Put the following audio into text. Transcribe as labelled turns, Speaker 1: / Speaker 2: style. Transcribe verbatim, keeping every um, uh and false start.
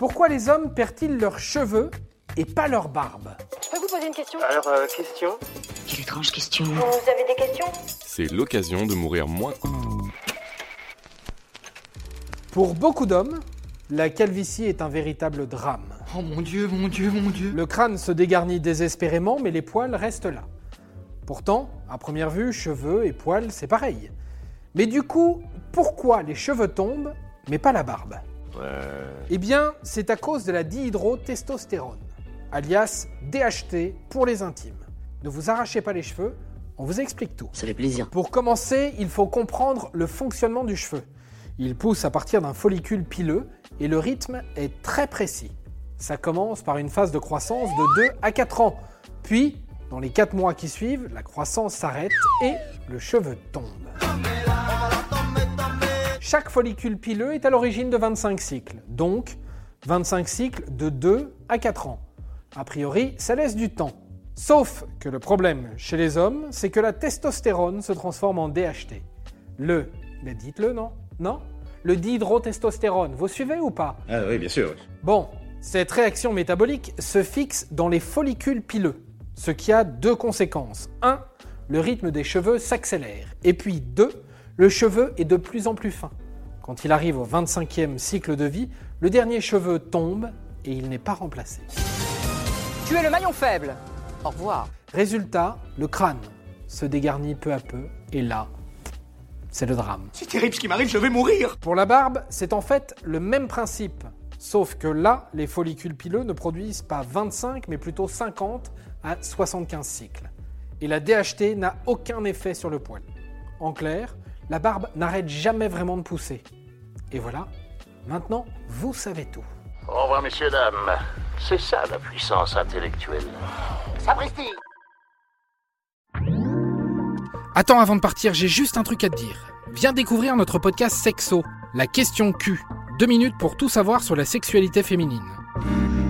Speaker 1: Pourquoi les hommes perdent-ils leurs cheveux et pas leur barbe ?
Speaker 2: Je peux vous poser une question ?
Speaker 3: Alors, euh, question ?
Speaker 4: Quelle étrange question.
Speaker 2: Vous avez des questions ?
Speaker 5: C'est l'occasion de mourir moins.
Speaker 1: Pour beaucoup d'hommes, la calvitie est un véritable drame.
Speaker 6: Oh mon Dieu, mon Dieu, mon Dieu.
Speaker 1: Le crâne se dégarnit désespérément, mais les poils restent là. Pourtant, à première vue, cheveux et poils, c'est pareil. Mais du coup, pourquoi les cheveux tombent, mais pas la barbe ?
Speaker 5: Ouais.
Speaker 1: Eh bien, c'est à cause de la dihydrotestostérone, alias D H T pour les intimes. Ne vous arrachez pas les cheveux, on vous explique tout.
Speaker 4: Ça fait plaisir.
Speaker 1: Pour commencer, il faut comprendre le fonctionnement du cheveu. Il pousse à partir d'un follicule pileux et le rythme est très précis. Ça commence par une phase de croissance de deux à quatre ans. Puis, dans les quatre mois qui suivent, la croissance s'arrête et le cheveu tombe. Chaque follicule pileux est à l'origine de vingt-cinq cycles, donc vingt-cinq cycles de deux à quatre ans. A priori, ça laisse du temps. Sauf que le problème chez les hommes, c'est que la testostérone se transforme en D H T. Le, mais dites-le, non ? Non ? Le dihydrotestostérone, vous suivez ou pas ?
Speaker 7: Ah oui, bien sûr.
Speaker 1: Bon, cette réaction métabolique se fixe dans les follicules pileux, ce qui a deux conséquences. Un, le rythme des cheveux s'accélère. Et puis deux, le cheveu est de plus en plus fin. Quand il arrive au vingt-cinquième cycle de vie, le dernier cheveu tombe et il n'est pas remplacé.
Speaker 6: Tu es le maillon faible. Au revoir.
Speaker 1: Résultat, le crâne se dégarnit peu à peu et là, c'est le drame.
Speaker 3: C'est terrible ce qui m'arrive, je vais mourir.
Speaker 1: Pour la barbe, c'est en fait le même principe. Sauf que là, les follicules pileux ne produisent pas vingt-cinq, mais plutôt cinquante à soixante-quinze cycles. Et la D H T n'a aucun effet sur le poil. En clair, la barbe n'arrête jamais vraiment de pousser. Et voilà, maintenant, vous savez tout.
Speaker 8: Au revoir, messieurs, dames. C'est ça, la puissance intellectuelle.
Speaker 3: Sapristi.
Speaker 1: Attends, avant de partir, j'ai juste un truc à te dire. Viens découvrir notre podcast Sexo, la question Q. Deux minutes pour tout savoir sur la sexualité féminine.